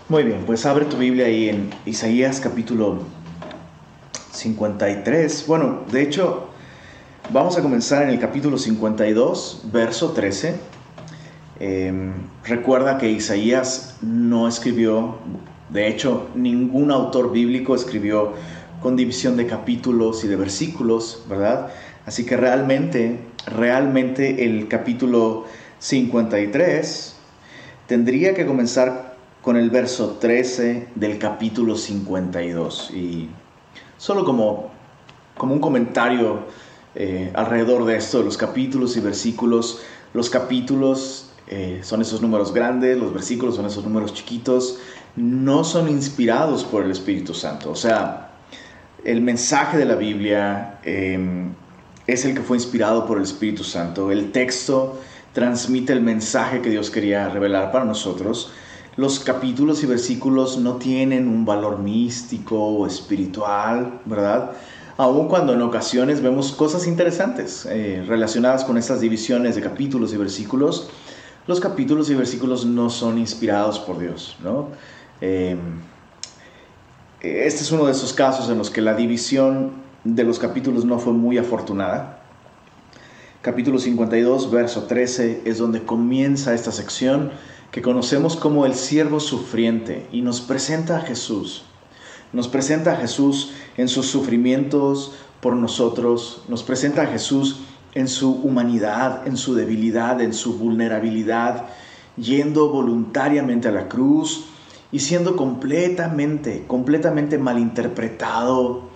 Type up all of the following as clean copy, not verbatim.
Muy bien, pues abre tu Biblia ahí en Isaías capítulo 53. Bueno, de hecho, vamos a comenzar en el capítulo 52, verso 13. Recuerda que Isaías no escribió, de hecho, ningún autor bíblico escribió con división de capítulos y de versículos, ¿verdad? Así que realmente el capítulo 53 tendría que comenzar con el verso 13 del capítulo 52. Y solo como un comentario alrededor de esto, de los capítulos y versículos. Los capítulos son esos números grandes, los versículos son esos números chiquitos. No son inspirados por el Espíritu Santo. O sea, el mensaje de la Biblia es el que fue inspirado por el Espíritu Santo. El texto transmite el mensaje que Dios quería revelar para nosotros. Los capítulos y versículos no tienen un valor místico o espiritual, ¿verdad? Aun cuando en ocasiones vemos cosas interesantes relacionadas con estas divisiones de capítulos y versículos, los capítulos y versículos no son inspirados por Dios, ¿no? Este es uno de esos casos en los que la división de los capítulos no fue muy afortunada. Capítulo 52, verso 13, es donde comienza esta sección que conocemos como el siervo sufriente, y nos presenta a Jesús. Nos presenta a Jesús en sus sufrimientos por nosotros, nos presenta a Jesús en su humanidad, en su debilidad, en su vulnerabilidad, yendo voluntariamente a la cruz y siendo completamente malinterpretado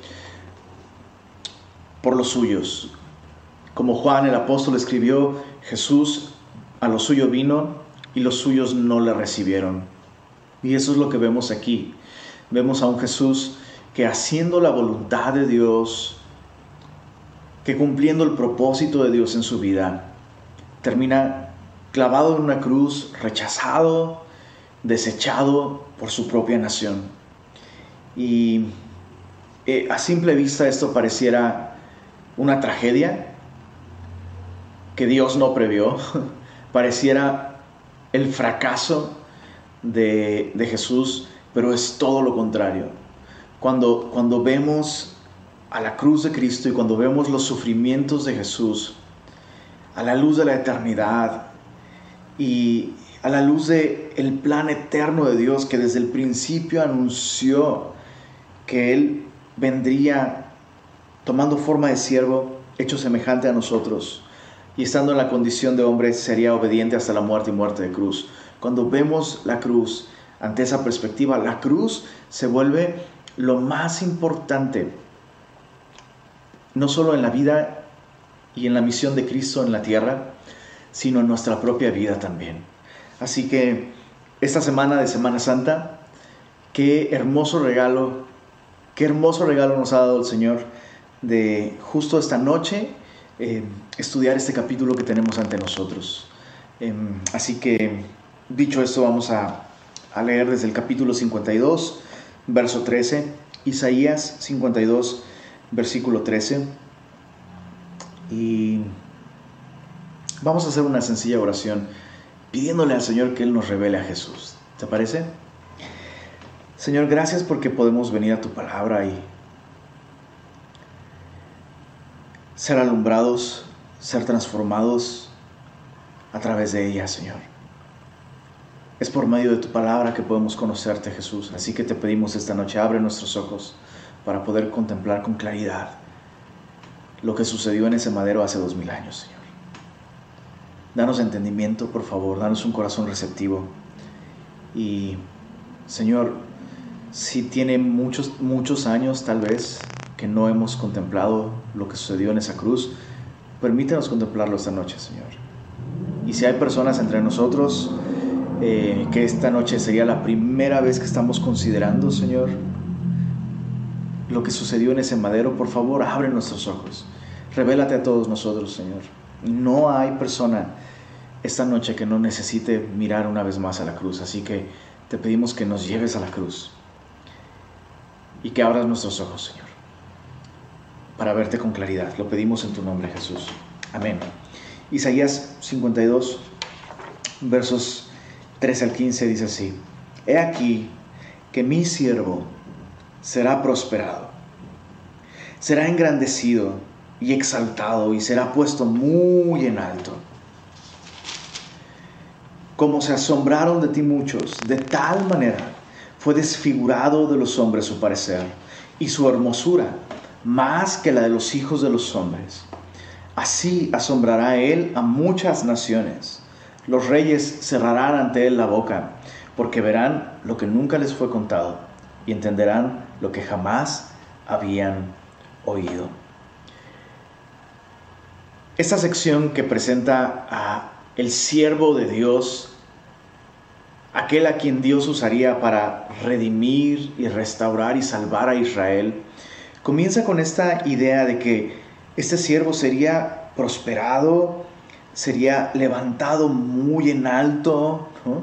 por los suyos. Como Juan el apóstol escribió, Jesús a lo suyo vino y los suyos no le recibieron. Y eso es lo que vemos aquí. Vemos a un Jesús que, haciendo la voluntad de Dios, que cumpliendo el propósito de Dios en su vida, termina clavado en una cruz, rechazado, desechado por su propia nación. Y a simple vista esto pareciera una tragedia que Dios no previó. Pareciera el fracaso de Jesús, pero es todo lo contrario. Cuando vemos a la cruz de Cristo y cuando vemos los sufrimientos de Jesús a la luz de la eternidad y a la luz del plan eterno de Dios, que desde el principio anunció que Él vendría tomando forma de siervo, hecho semejante a nosotros, y estando en la condición de hombre sería obediente hasta la muerte y muerte de cruz. Cuando vemos la cruz ante esa perspectiva, la cruz se vuelve lo más importante, no solo en la vida y en la misión de Cristo en la tierra, sino en nuestra propia vida también. Así que esta semana de Semana Santa, qué hermoso regalo nos ha dado el Señor de justo esta noche estudiar este capítulo que tenemos ante nosotros. Así que, dicho esto, vamos a leer desde el capítulo 52, verso 13, Isaías 52, versículo 13, y vamos a hacer una sencilla oración pidiéndole al Señor que Él nos revele a Jesús. ¿Te parece? Señor, gracias porque podemos venir a tu palabra y ser alumbrados, ser transformados a través de ella, Señor. Es por medio de tu palabra que podemos conocerte, Jesús. Así que te pedimos esta noche, abre nuestros ojos para poder contemplar con claridad lo que sucedió en ese madero hace 2000 años, Señor. Danos entendimiento, por favor, danos un corazón receptivo. Y, Señor, si tiene muchos años tal vez que no hemos contemplado lo que sucedió en esa cruz, permítenos contemplarlo esta noche, Señor. Y si hay personas entre nosotros que esta noche sería la primera vez que estamos considerando, Señor, lo que sucedió en ese madero, por favor, abre nuestros ojos. Revélate a todos nosotros, Señor. No hay persona esta noche que no necesite mirar una vez más a la cruz. Así que te pedimos que nos lleves a la cruz y que abras nuestros ojos, Señor, para verte con claridad. Lo pedimos en tu nombre, Jesús. Amén. Isaías 52, versos 13 al 15 dice así: He aquí, que mi siervo será prosperado, será engrandecido y exaltado y será puesto muy en alto. Como se asombraron de ti muchos, de tal manera fue desfigurado de los hombres su parecer, y su hermosura más que la de los hijos de los hombres. Así asombrará él a muchas naciones. Los reyes cerrarán ante él la boca, porque verán lo que nunca les fue contado y entenderán lo que jamás habían oído. Esta sección que presenta a el siervo de Dios, aquel a quien Dios usaría para redimir y restaurar y salvar a Israel, comienza con esta idea de que este siervo sería prosperado, sería levantado muy en alto, ¿no?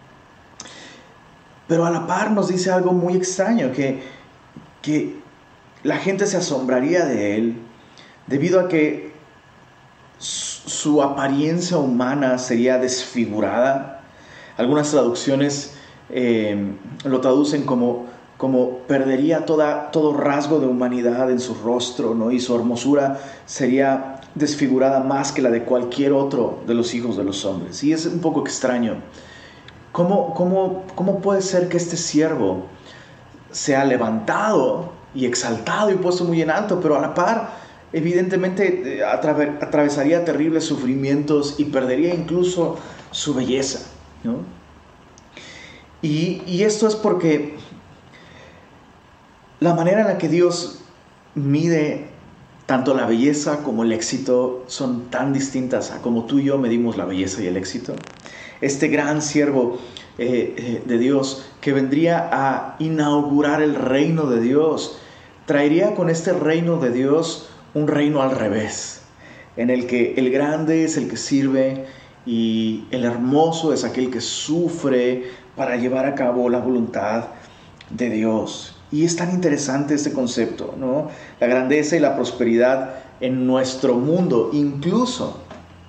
Pero a la par nos dice algo muy extraño, que la gente se asombraría de él debido a que su apariencia humana sería desfigurada. Algunas traducciones lo traducen como perdería todo rasgo de humanidad en su rostro, ¿no? Y su hermosura sería desfigurada más que la de cualquier otro de los hijos de los hombres. Y es un poco extraño. ¿Cómo puede ser que este siervo sea levantado y exaltado y puesto muy en alto, pero a la par, evidentemente, atravesaría terribles sufrimientos y perdería incluso su belleza, ¿no? Y esto es porque la manera en la que Dios mide tanto la belleza como el éxito son tan distintas a como tú y yo medimos la belleza y el éxito. Este gran siervo de Dios que vendría a inaugurar el reino de Dios, traería con este reino de Dios un reino al revés, en el que el grande es el que sirve y el hermoso es aquel que sufre para llevar a cabo la voluntad de Dios. Y es tan interesante este concepto, ¿no? La grandeza y la prosperidad en nuestro mundo, incluso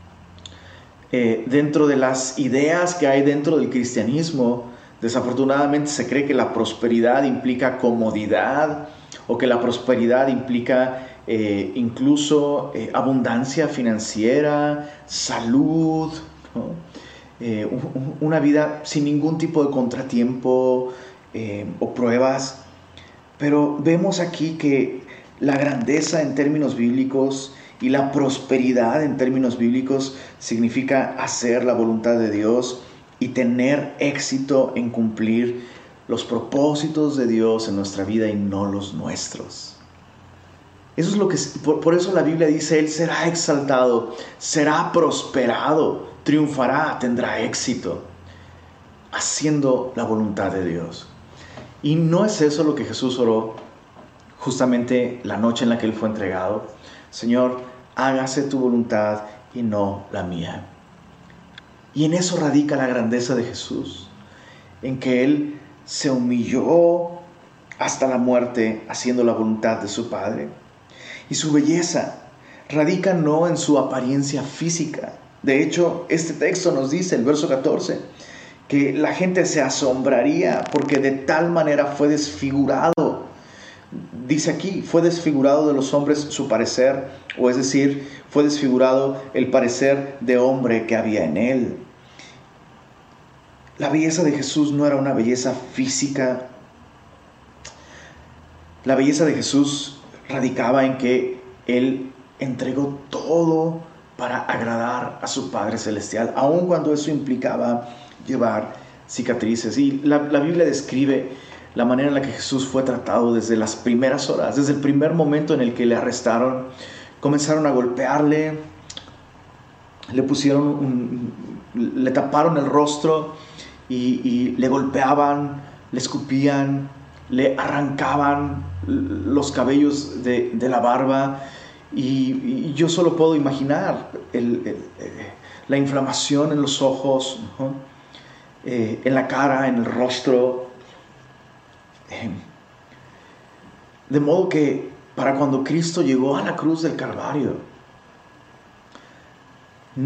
dentro de las ideas que hay dentro del cristianismo, desafortunadamente se cree que la prosperidad implica comodidad o que la prosperidad implica incluso abundancia financiera, salud, ¿no? Una vida sin ningún tipo de contratiempo o pruebas. Pero vemos aquí que la grandeza en términos bíblicos y la prosperidad en términos bíblicos significa hacer la voluntad de Dios y tener éxito en cumplir los propósitos de Dios en nuestra vida y no los nuestros. Eso es lo que, por eso la Biblia dice, Él será exaltado, será prosperado, triunfará, tendrá éxito, haciendo la voluntad de Dios. Y no es eso lo que Jesús oró justamente la noche en la que Él fue entregado. Señor, hágase tu voluntad y no la mía. Y en eso radica la grandeza de Jesús, en que Él se humilló hasta la muerte haciendo la voluntad de su Padre. Y su belleza radica no en su apariencia física. De hecho, este texto nos dice, el verso 14, que la gente se asombraría porque de tal manera fue desfigurado. Dice aquí, fue desfigurado de los hombres su parecer, o es decir, fue desfigurado el parecer de hombre que había en él. La belleza de Jesús no era una belleza física. La belleza de Jesús radicaba en que Él entregó todo para agradar a su Padre Celestial, aun cuando eso implicaba llevar cicatrices. Y la Biblia describe la manera en la que Jesús fue tratado desde las primeras horas, desde el primer momento en el que le arrestaron. Comenzaron a golpearle, le taparon el rostro y le golpeaban, le escupían, le arrancaban los cabellos de la barba. Y yo solo puedo imaginar la inflamación en los ojos, ¿no? En la cara, en el rostro. De modo que para cuando Cristo llegó a la cruz del Calvario,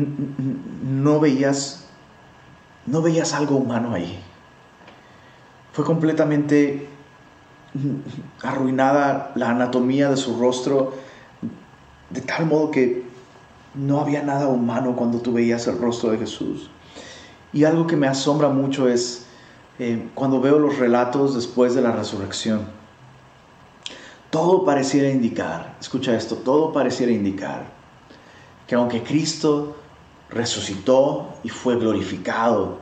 no veías algo humano ahí. Fue completamente arruinada la anatomía de su rostro, de tal modo que no había nada humano cuando tú veías el rostro de Jesús. Y algo que me asombra mucho es cuando veo los relatos después de la resurrección. Todo pareciera indicar, escucha esto, todo pareciera indicar que aunque Cristo resucitó y fue glorificado,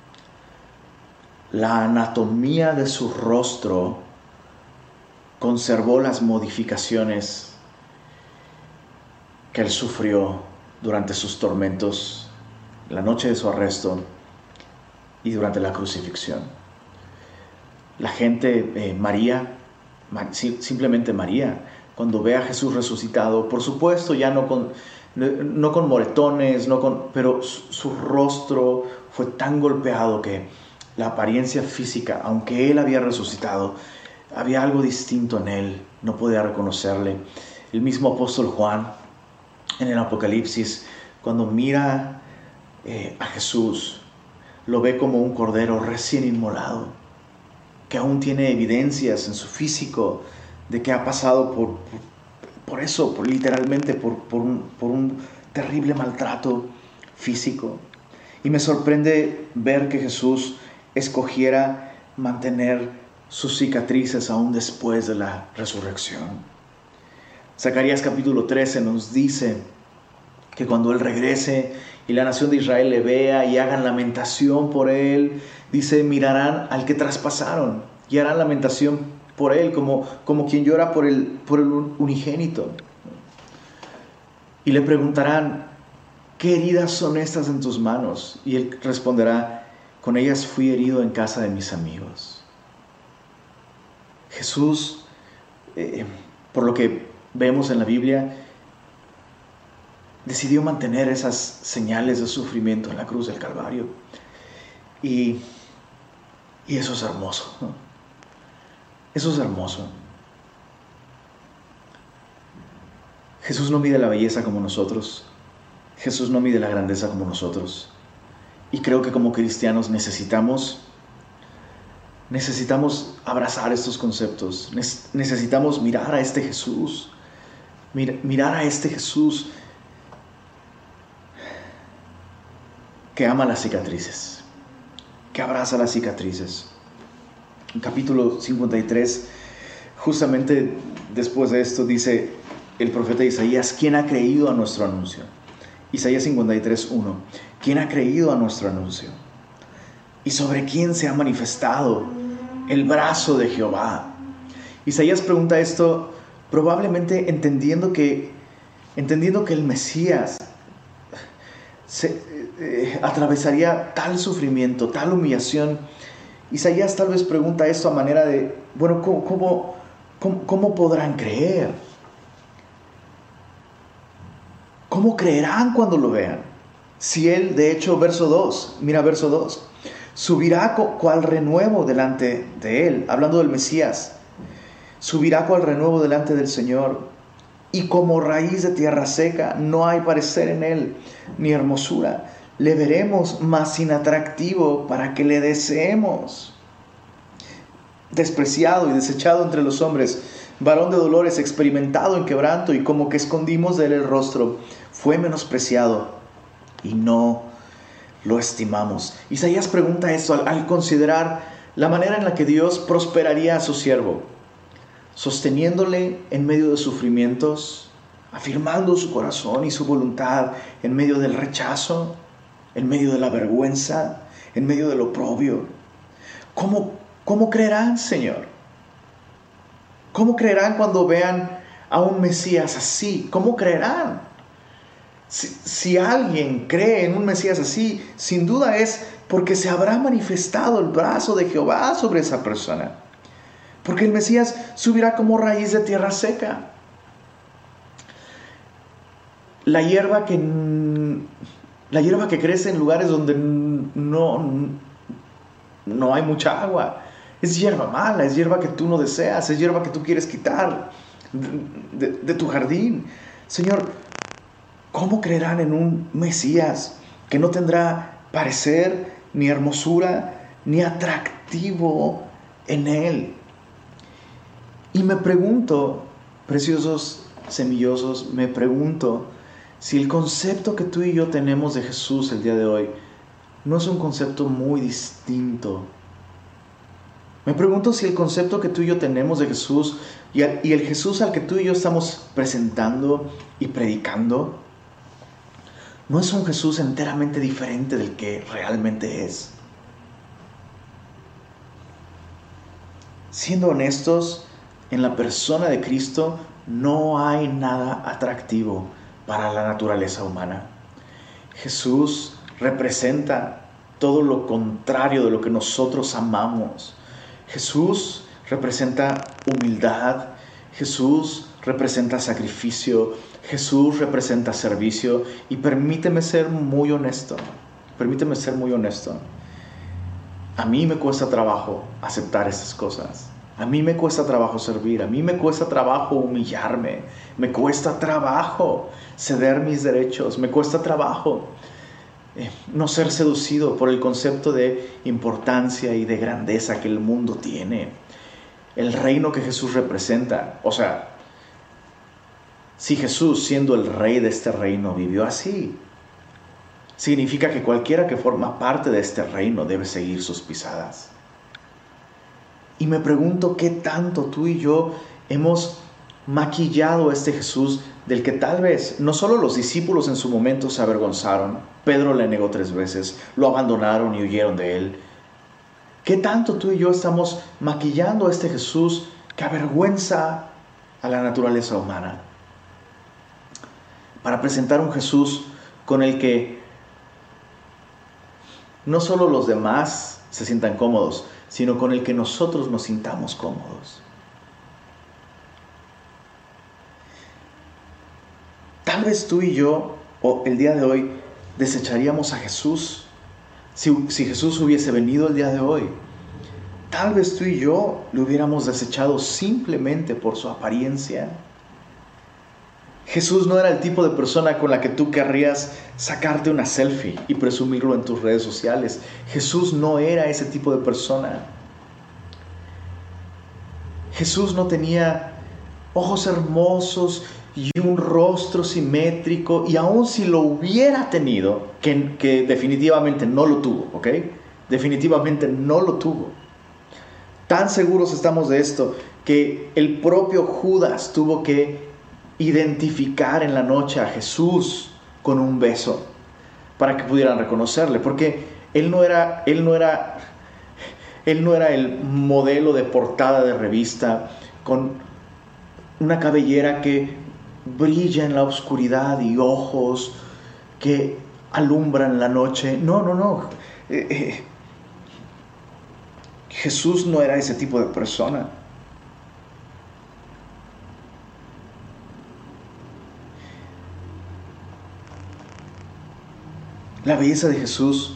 la anatomía de su rostro conservó las modificaciones que él sufrió durante sus tormentos, la noche de su arresto y durante la crucifixión. La gente, simplemente María, cuando ve a Jesús resucitado, por supuesto ya no con moretones, pero su rostro fue tan golpeado que la apariencia física, aunque él había resucitado, había algo distinto en él, no podía reconocerle. El mismo apóstol Juan, en el Apocalipsis, cuando mira a Jesús, lo ve como un cordero recién inmolado, que aún tiene evidencias en su físico de que ha pasado literalmente por un terrible maltrato físico. Y me sorprende ver que Jesús escogiera mantener sus cicatrices aún después de la resurrección. Zacarías capítulo 13 nos dice que cuando Él regrese y la nación de Israel le vea y hagan lamentación por Él, dice, mirarán al que traspasaron y harán lamentación por Él como quien llora por el unigénito. Y le preguntarán, ¿qué heridas son estas en tus manos? Y Él responderá, con ellas fui herido en casa de mis amigos. Jesús, por lo que vemos en la Biblia, decidió mantener esas señales de sufrimiento en la cruz del Calvario. Y eso es hermoso, ¿no? Eso es hermoso. Jesús no mide la belleza como nosotros. Jesús no mide la grandeza como nosotros. Y creo que como cristianos necesitamos abrazar estos conceptos. Necesitamos mirar a este Jesús. Mirar a este Jesús que ama las cicatrices, que abraza las cicatrices. En capítulo 53, justamente después de esto, dice el profeta Isaías, ¿quién ha creído a nuestro anuncio? Isaías 53:1, ¿quién ha creído a nuestro anuncio? ¿Y sobre quién se ha manifestado el brazo de Jehová? Isaías pregunta esto probablemente entendiendo que el Mesías atravesaría tal sufrimiento, tal humillación. Isaías tal vez pregunta esto a manera de, bueno, ¿cómo podrán creer? ¿Cómo creerán cuando lo vean? Si él, de hecho, verso 2, mira verso 2, subirá cual renuevo delante de él, hablando del Mesías, subirá cual renuevo delante del Señor, y como raíz de tierra seca, no hay parecer en él, ni hermosura. Le veremos, mas sin atractivo, para que le deseemos. Despreciado y desechado entre los hombres, varón de dolores, experimentado en quebranto, y como que escondimos de él el rostro, fue menospreciado y no lo estimamos. Isaías pregunta esto al considerar la manera en la que Dios prosperaría a su siervo, sosteniéndole en medio de sufrimientos, afirmando su corazón y su voluntad en medio del rechazo, en medio de la vergüenza, en medio del oprobio. ¿Cómo creerán, Señor? ¿Cómo creerán cuando vean a un Mesías así? ¿Cómo creerán? Si alguien cree en un Mesías así, sin duda es porque se habrá manifestado el brazo de Jehová sobre esa persona. Porque el Mesías subirá como raíz de tierra seca. La hierba que crece en lugares donde no hay mucha agua. Es hierba mala, es hierba que tú no deseas, es hierba que tú quieres quitar de tu jardín. Señor, ¿cómo creerán en un Mesías que no tendrá parecer, ni hermosura, ni atractivo en Él. Y me pregunto, preciosos semillosos, me pregunto si el concepto que tú y yo tenemos de Jesús el día de hoy no es un concepto muy distinto. Me pregunto si el concepto que tú y yo tenemos de Jesús y el Jesús al que tú y yo estamos presentando y predicando no es un Jesús enteramente diferente del que realmente es. Siendo honestos, en la persona de Cristo no hay nada atractivo para la naturaleza humana. Jesús representa todo lo contrario de lo que nosotros amamos. Jesús representa humildad, Jesús representa sacrificio, Jesús representa servicio. Y permíteme ser muy honesto, a mí me cuesta trabajo aceptar estas cosas. A mí me cuesta trabajo servir, a mí me cuesta trabajo humillarme, me cuesta trabajo ceder mis derechos, me cuesta trabajo no ser seducido por el concepto de importancia y de grandeza que el mundo tiene. El reino que Jesús representa. O sea, si Jesús, siendo el rey de este reino, vivió así, significa que cualquiera que forma parte de este reino debe seguir sus pisadas. Y me pregunto qué tanto tú y yo hemos maquillado a este Jesús del que tal vez no solo los discípulos en su momento se avergonzaron, Pedro le negó 3 veces, lo abandonaron y huyeron de él. ¿Qué tanto tú y yo estamos maquillando a este Jesús que avergüenza a la naturaleza humana? Para presentar un Jesús con el que no solo los demás se sientan cómodos, sino con el que nosotros nos sintamos cómodos. Tal vez tú y yo, o el día de hoy, desecharíamos a Jesús si Jesús hubiese venido el día de hoy. Tal vez tú y yo lo hubiéramos desechado simplemente por su apariencia. Jesús no era el tipo de persona con la que tú querrías sacarte una selfie y presumirlo en tus redes sociales. Jesús no era ese tipo de persona. Jesús no tenía ojos hermosos y un rostro simétrico, y aun si lo hubiera tenido, que definitivamente no lo tuvo, ¿ok? Definitivamente no lo tuvo. Tan seguros estamos de esto que el propio Judas tuvo que identificar en la noche a Jesús con un beso para que pudieran reconocerle, porque él no era el modelo de portada de revista con una cabellera que brilla en la oscuridad y ojos que alumbran la noche. No. Jesús no era ese tipo de persona. La belleza de Jesús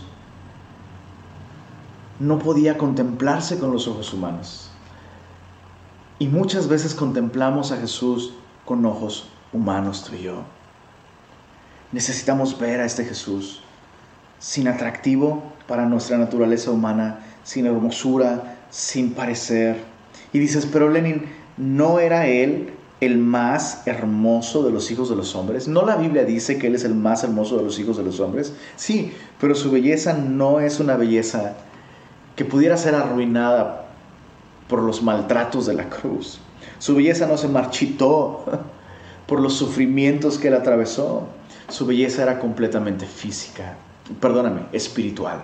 no podía contemplarse con los ojos humanos. Y muchas veces contemplamos a Jesús con ojos humanos, tú y yo. Necesitamos ver a este Jesús sin atractivo para nuestra naturaleza humana, sin hermosura, sin parecer. Y dices, pero Lenin, ¿no era Él el más hermoso de los hijos de los hombres? ¿No la Biblia dice que Él es el más hermoso de los hijos de los hombres? Sí, pero su belleza no es una belleza que pudiera ser arruinada por los maltratos de la cruz. Su belleza no se marchitó por los sufrimientos que Él atravesó. Su belleza era completamente espiritual.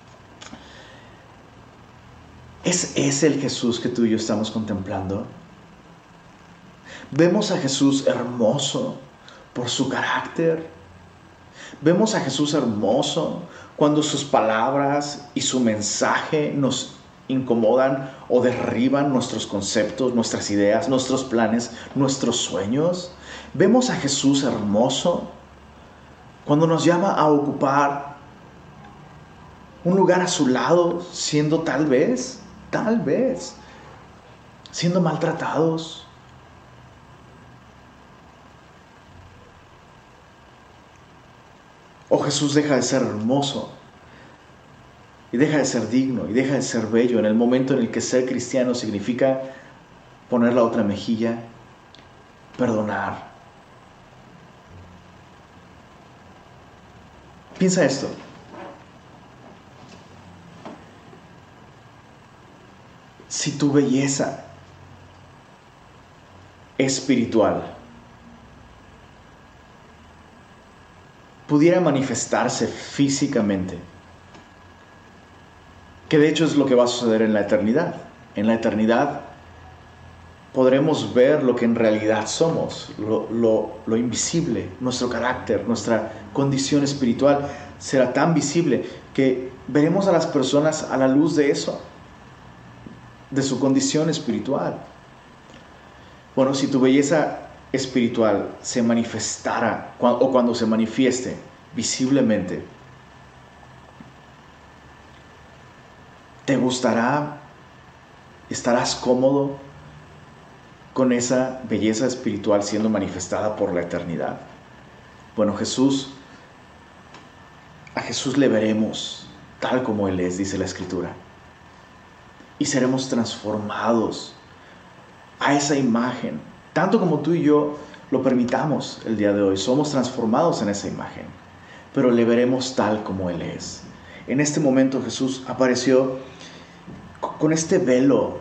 ¿Es el Jesús que tú y yo estamos contemplando? Vemos a Jesús hermoso por su carácter. Vemos a Jesús hermoso cuando sus palabras y su mensaje nos incomodan o derriban nuestros conceptos, nuestras ideas, nuestros planes, nuestros sueños. Vemos a Jesús hermoso cuando nos llama a ocupar un lugar a su lado, siendo tal vez, siendo maltratados. O Jesús deja de ser hermoso y deja de ser digno y deja de ser bello en el momento en el que ser cristiano significa poner la otra mejilla, perdonar. Piensa esto. Si tu belleza espiritual pudiera manifestarse físicamente, que de hecho es lo que va a suceder en la eternidad. En la eternidad podremos ver lo que en realidad somos, lo invisible, nuestro carácter, nuestra condición espiritual será tan visible que veremos a las personas a la luz de eso, de su condición espiritual. Bueno, si tu belleza espiritual se manifestara o cuando se manifieste visiblemente, ¿te gustará? ¿Estarás cómodo con esa belleza espiritual siendo manifestada por la eternidad? Bueno, a Jesús le veremos tal como Él es, dice la Escritura, y seremos transformados a esa imagen, tanto como tú y yo lo permitamos el día de hoy. Somos transformados en esa imagen, pero le veremos tal como Él es. En este momento Jesús apareció con este velo,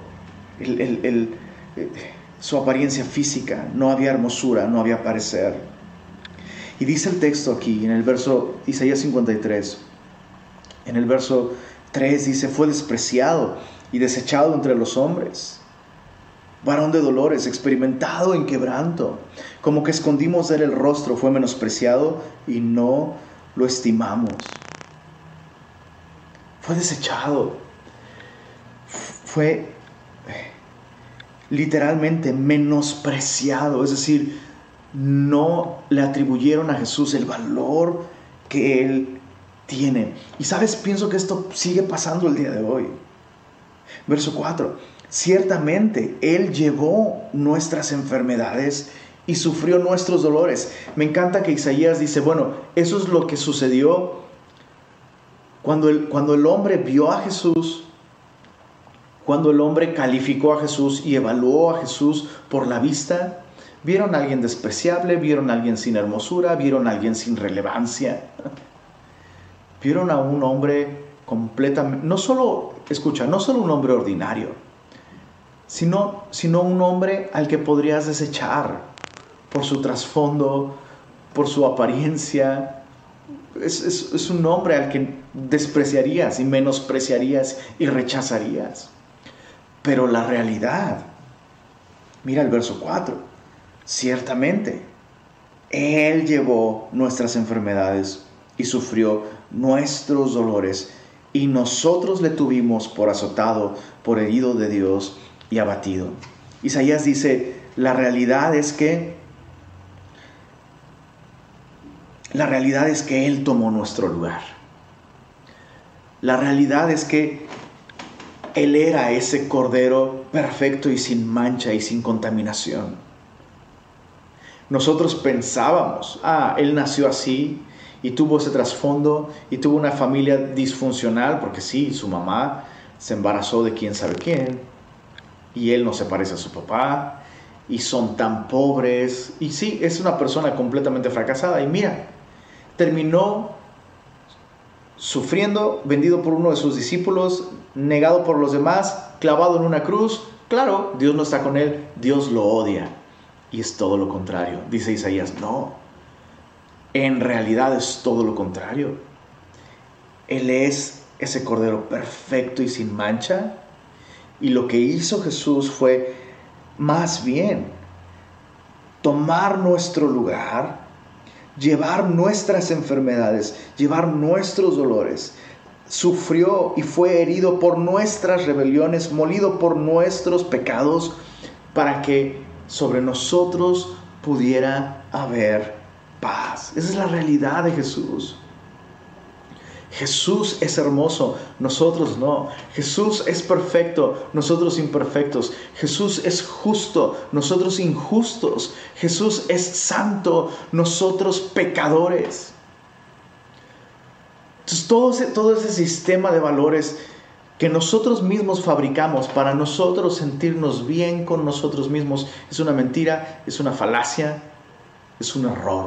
su apariencia física, no había hermosura, no había parecer. Y dice el texto aquí, en el verso Isaías 53, en el verso 3 dice: fue despreciado y desechado entre los hombres, varón de dolores, experimentado en quebranto, como que escondimos de él el rostro, fue menospreciado y no lo estimamos. Fue desechado, fue literalmente menospreciado, es decir, no le atribuyeron a Jesús el valor que Él tiene. Y sabes, pienso que esto sigue pasando el día de hoy. Verso 4, ciertamente Él llevó nuestras enfermedades y sufrió nuestros dolores. Me encanta que Isaías dice, bueno, eso es lo que sucedió cuando el hombre vio a Jesús, cuando el hombre calificó a Jesús y evaluó a Jesús por la vista. Vieron a alguien despreciable, vieron a alguien sin hermosura, vieron a alguien sin relevancia. Vieron a un hombre completamente, no solo un hombre ordinario, sino un hombre al que podrías desechar por su trasfondo, por su apariencia. Es un hombre al que despreciarías y menospreciarías y rechazarías. Pero la realidad, mira el verso 4, ciertamente Él llevó nuestras enfermedades y sufrió nuestros dolores, y nosotros le tuvimos por azotado, por herido de Dios y abatido. Isaías dice, la realidad es que Él tomó nuestro lugar. La realidad es que Él era ese cordero perfecto y sin mancha y sin contaminación. Nosotros pensábamos, Él nació así y tuvo ese trasfondo y tuvo una familia disfuncional, porque sí, su mamá se embarazó de quién sabe quién y él no se parece a su papá y son tan pobres y sí, es una persona completamente fracasada. Y mira, terminó sufriendo, vendido por uno de sus discípulos, negado por los demás, clavado en una cruz. Claro, Dios no está con él, Dios lo odia. Y es todo lo contrario. Dice Isaías, no, en realidad es todo lo contrario. Él es ese cordero perfecto y sin mancha. Y lo que hizo Jesús fue más bien tomar nuestro lugar, llevar nuestras enfermedades, llevar nuestros dolores. Sufrió y fue herido por nuestras rebeliones, molido por nuestros pecados, para que sobre nosotros pudiera haber paz. Esa es la realidad de Jesús. Jesús es hermoso, nosotros no. Jesús es perfecto, nosotros imperfectos. Jesús es justo, nosotros injustos. Jesús es santo, nosotros pecadores. Entonces todo ese sistema de valores que nosotros mismos fabricamos para nosotros sentirnos bien con nosotros mismos es una mentira, es una falacia, es un error.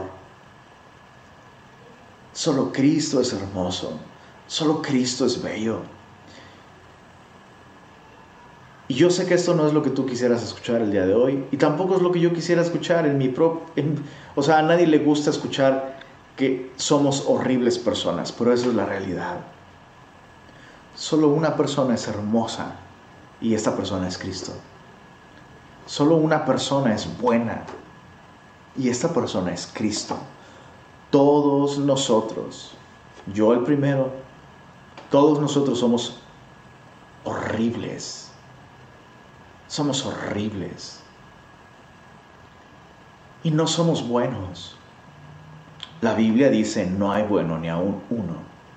Solo Cristo es hermoso, solo Cristo es bello. Y yo sé que esto no es lo que tú quisieras escuchar el día de hoy, y tampoco es lo que yo quisiera escuchar o sea, a nadie le gusta escuchar que somos horribles personas, pero eso es la realidad. Solo una persona es hermosa, y esta persona es Cristo. Solo una persona es buena, y esta persona es Cristo. Todos nosotros, yo el primero, todos nosotros somos horribles. Somos horribles. Y no somos buenos. La Biblia dice, no hay bueno ni aún uno.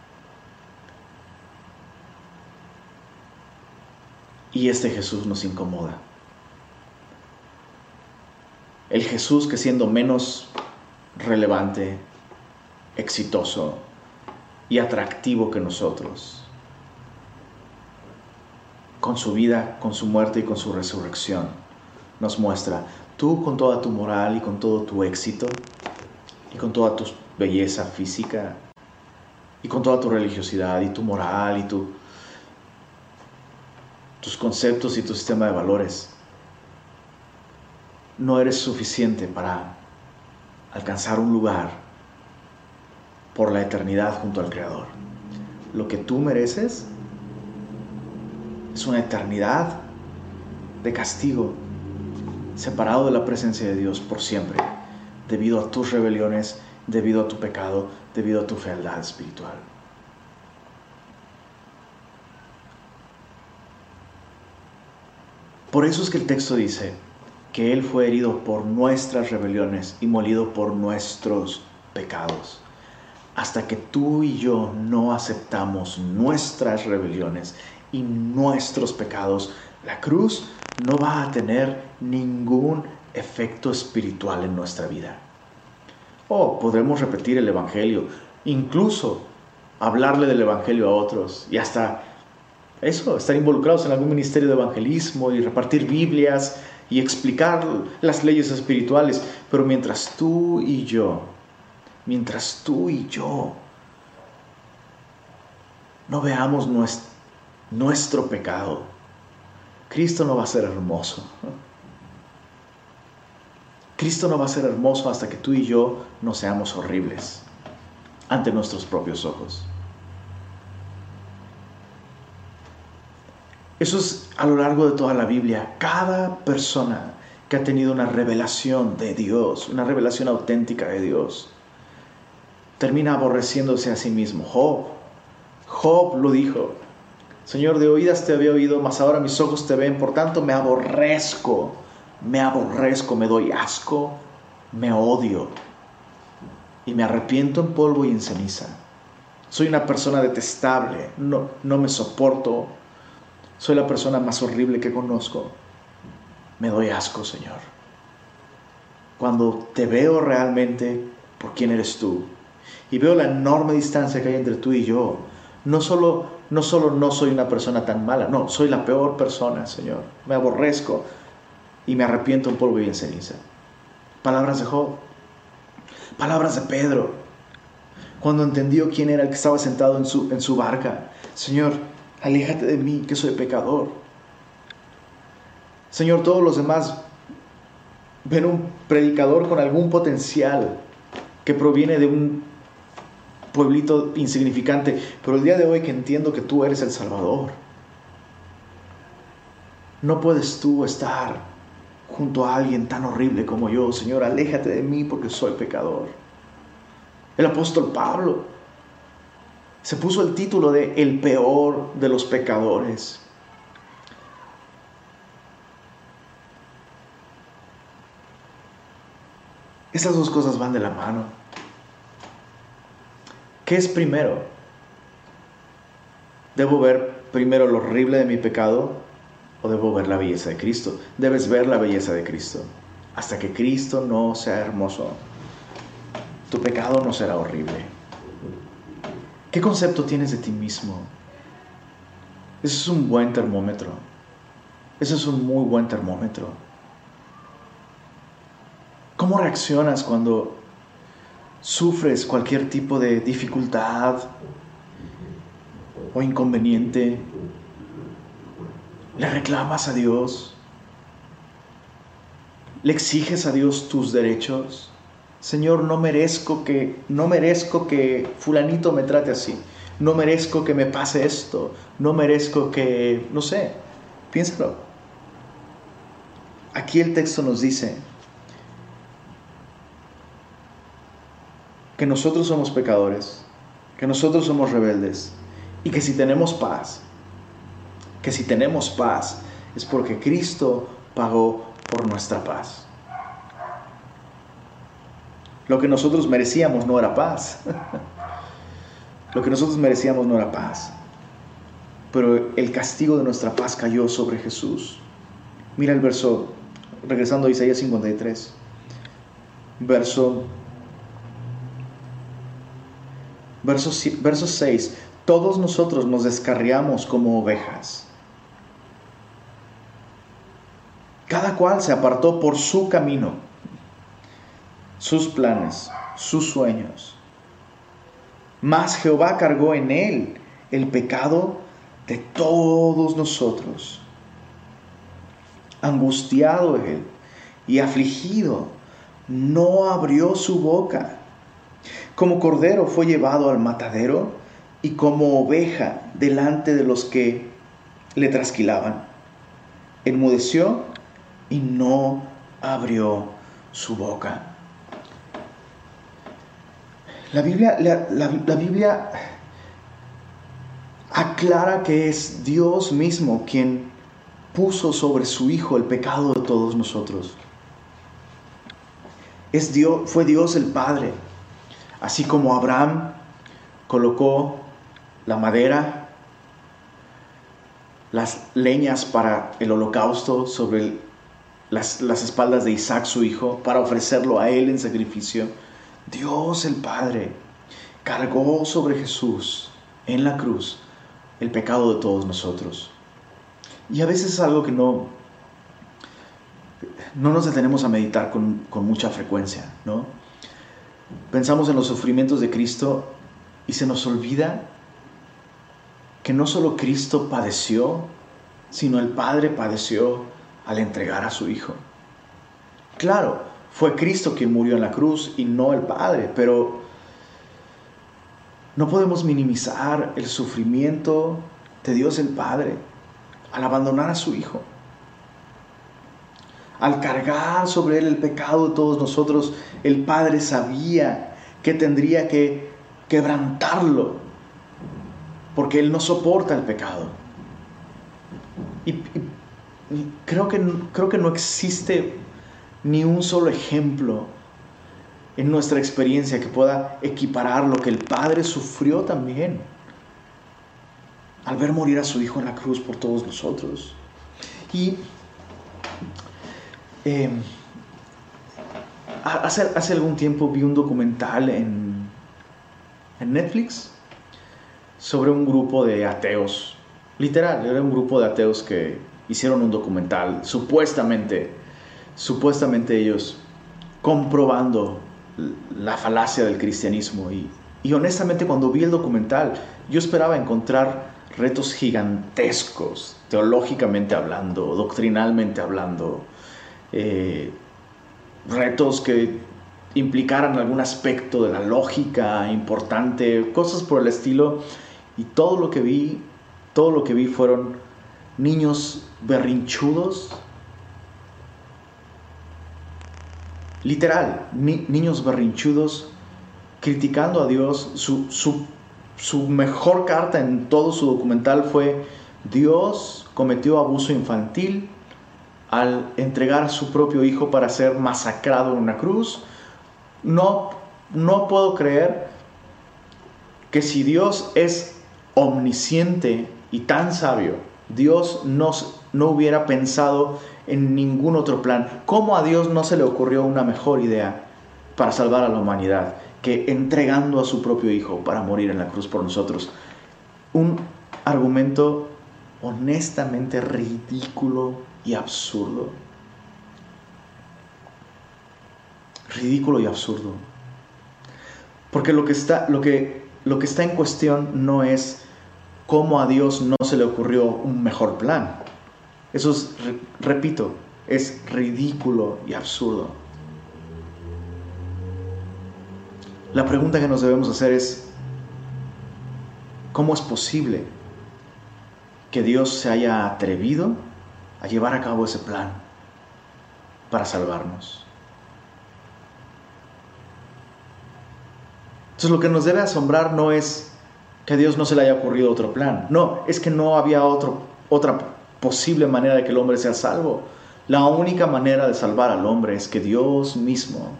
Y este Jesús nos incomoda. El Jesús que siendo menos relevante, exitoso y atractivo que nosotros, con su vida, con su muerte y con su resurrección, nos muestra, tú con toda tu moral y con todo tu éxito y con toda tu belleza física y con toda tu religiosidad y tu moral y tus conceptos y tu sistema de valores, no eres suficiente para alcanzar un lugar por la eternidad junto al Creador. Lo que tú mereces es una eternidad de castigo, separado de la presencia de Dios por siempre, debido a tus rebeliones, debido a tu pecado, debido a tu fealdad espiritual. Por eso es que el texto dice que Él fue herido por nuestras rebeliones y molido por nuestros pecados. Hasta que tú y yo no aceptamos nuestras rebeliones y nuestros pecados, la cruz no va a tener ningún efecto espiritual en nuestra vida. Podremos repetir el Evangelio, incluso hablarle del Evangelio a otros y hasta eso, estar involucrados en algún ministerio de evangelismo y repartir Biblias y explicar las leyes espirituales. Pero mientras tú y yo no veamos nuestro pecado, Cristo no va a ser hermoso. Cristo no va a ser hermoso hasta que tú y yo no seamos horribles ante nuestros propios ojos. Eso es a lo largo de toda la Biblia. Cada persona que ha tenido una revelación de Dios, una revelación auténtica de Dios, termina aborreciéndose a sí mismo. Job lo dijo: Señor, de oídas te había oído, mas ahora mis ojos te ven, por tanto me aborrezco, me doy asco, me odio y me arrepiento en polvo y en ceniza. Soy una persona detestable, no me soporto, soy la persona más horrible que conozco. Me doy asco, Señor. Cuando te veo realmente por quién eres tú y veo la enorme distancia que hay entre tú y yo, no solo no soy una persona tan mala, no, soy la peor persona, Señor. Me aborrezco y me arrepiento en polvo y en ceniza. Palabras de Job, palabras de Pedro, cuando entendió quién era el que estaba sentado en su barca. Señor, aléjate de mí, que soy pecador. Señor, todos los demás ven un predicador con algún potencial que proviene de un pueblito insignificante, pero el día de hoy que entiendo que tú eres el Salvador, no puedes tú estar junto a alguien tan horrible como yo. Señor, aléjate de mí porque soy pecador. El apóstol Pablo se puso el título de el peor de los pecadores. Esas dos cosas van de la mano. ¿Qué es primero? ¿Debo ver primero lo horrible de mi pecado o debo ver la belleza de Cristo? Debes ver la belleza de Cristo. Hasta que Cristo no sea hermoso, tu pecado no será horrible. ¿Qué concepto tienes de ti mismo? Ese es un buen termómetro. Ese es un muy buen termómetro. ¿Cómo reaccionas cuando sufres cualquier tipo de dificultad o inconveniente? ¿Le reclamas a Dios? ¿Le exiges a Dios tus derechos? Señor, no merezco que fulanito me trate así. No merezco que me pase esto. No merezco que, no sé, piénsalo. Aquí el texto nos dice que nosotros somos pecadores, que nosotros somos rebeldes y que si tenemos paz es porque Cristo pagó por nuestra paz. Lo que nosotros merecíamos no era paz. Lo que nosotros merecíamos no era paz. Pero el castigo de nuestra paz cayó sobre Jesús. Mira el verso, regresando a Isaías 53. Verso 6. Todos nosotros nos descarriamos como ovejas. Cada cual se apartó por su camino, sus planes, sus sueños. Mas Jehová cargó en él el pecado de todos nosotros. Angustiado él y afligido, no abrió su boca. Como cordero fue llevado al matadero y como oveja delante de los que le trasquilaban. Enmudeció y no abrió su boca. La Biblia aclara que es Dios mismo quien puso sobre su Hijo el pecado de todos nosotros. Fue Dios el Padre. Así como Abraham colocó la madera, las leñas para el holocausto sobre las espaldas de Isaac, su hijo, para ofrecerlo a él en sacrificio, Dios el Padre cargó sobre Jesús en la cruz el pecado de todos nosotros. Y a veces es algo que no nos detenemos a meditar con mucha frecuencia, ¿no? Pensamos en los sufrimientos de Cristo y se nos olvida que no solo Cristo padeció, sino el Padre padeció al entregar a su Hijo. Claro, fue Cristo quien murió en la cruz y no el Padre, pero no podemos minimizar el sufrimiento de Dios el Padre al abandonar a su Hijo. Al cargar sobre él el pecado de todos nosotros, el Padre sabía que tendría que quebrantarlo, porque él no soporta el pecado. Y creo que no existe ni un solo ejemplo en nuestra experiencia que pueda equiparar lo que el Padre sufrió también al ver morir a su Hijo en la cruz por todos nosotros. Y hace algún tiempo vi un documental en Netflix sobre un grupo de ateos. Literal, era un grupo de ateos que hicieron un documental, supuestamente ellos comprobando la falacia del cristianismo. Y honestamente, cuando vi el documental, yo esperaba encontrar retos gigantescos, teológicamente hablando, doctrinalmente hablando, retos que implicaran algún aspecto de la lógica importante, cosas por el estilo. Y todo lo que vi fueron niños berrinchudos, literal, niños berrinchudos criticando a Dios. Su mejor carta en todo su documental fue: Dios cometió abuso infantil al entregar a su propio hijo para ser masacrado en una cruz. No puedo creer que si Dios es omnisciente y tan sabio, Dios no hubiera pensado en ningún otro plan. ¿Cómo a Dios no se le ocurrió una mejor idea para salvar a la humanidad que entregando a su propio Hijo para morir en la cruz por nosotros. Un argumento honestamente ridículo y absurdo. Ridículo y absurdo. Porque lo que está en cuestión no es cómo a Dios no se le ocurrió un mejor plan. Eso es, repito, es ridículo y absurdo. La pregunta que nos debemos hacer es: ¿cómo es posible que Dios se haya atrevido a llevar a cabo ese plan para salvarnos? Entonces, lo que nos debe asombrar no es que a Dios no se le haya ocurrido otro plan. No, es que no había otra posible manera de que el hombre sea salvo. La única manera de salvar al hombre es que Dios mismo,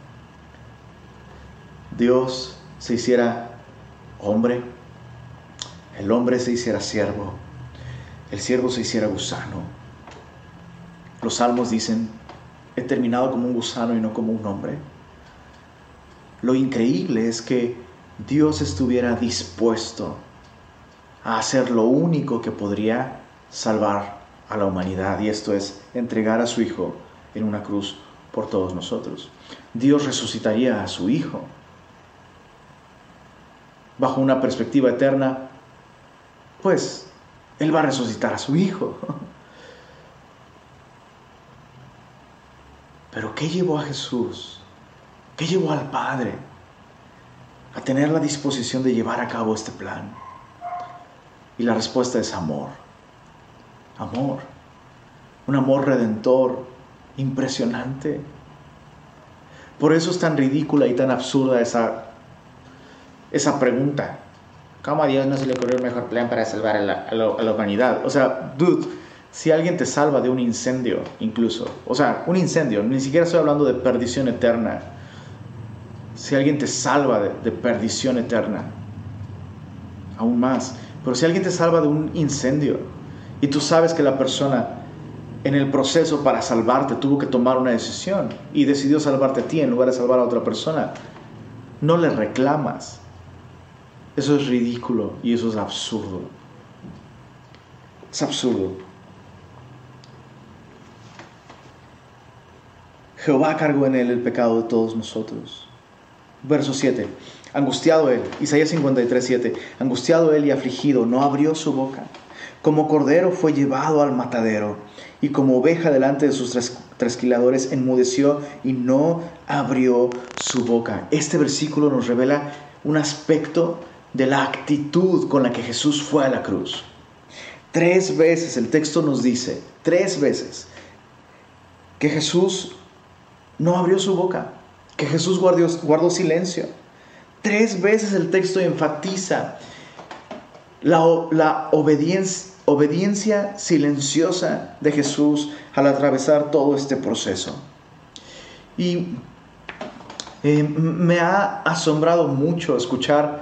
Dios se hiciera hombre, el hombre se hiciera siervo, el siervo se hiciera gusano. Los salmos dicen: he terminado como un gusano y no como un hombre. Lo increíble es que Dios estuviera dispuesto a hacer lo único que podría salvar a la humanidad, y esto es entregar a su Hijo en una cruz por todos nosotros. Dios resucitaría a su Hijo. Bajo una perspectiva eterna, pues Él va a resucitar a su Hijo. Pero ¿qué llevó a Jesús? ¿Qué llevó al Padre a tener la disposición de llevar a cabo este plan? Y la respuesta es amor. Amor. Un amor redentor impresionante. Por eso es tan ridícula y tan absurda esa pregunta. ¿Cómo a Dios no se le ocurrió el mejor plan para salvar a la humanidad? O sea, dude, si alguien te salva de un incendio incluso, o sea, un incendio, ni siquiera estoy hablando de perdición eterna. Si alguien te salva de perdición eterna, aún más. Pero si alguien te salva de un incendio y tú sabes que la persona en el proceso para salvarte tuvo que tomar una decisión y decidió salvarte a ti en lugar de salvar a otra persona, no le reclamas. Eso es ridículo y eso es absurdo. Es absurdo. Jehová cargó en él el pecado de todos nosotros. Verso 7. Angustiado él, Isaías 53:7. Angustiado él y afligido, no abrió su boca. Como cordero fue llevado al matadero, y como oveja delante de sus trasquiladores enmudeció y no abrió su boca. Este versículo nos revela un aspecto de la actitud con la que Jesús fue a la cruz. 3 veces el texto nos dice, 3 veces, que Jesús no abrió su boca, que Jesús guardó silencio. 3 veces el texto enfatiza la obediencia silenciosa de Jesús al atravesar todo este proceso. Y me ha asombrado mucho escuchar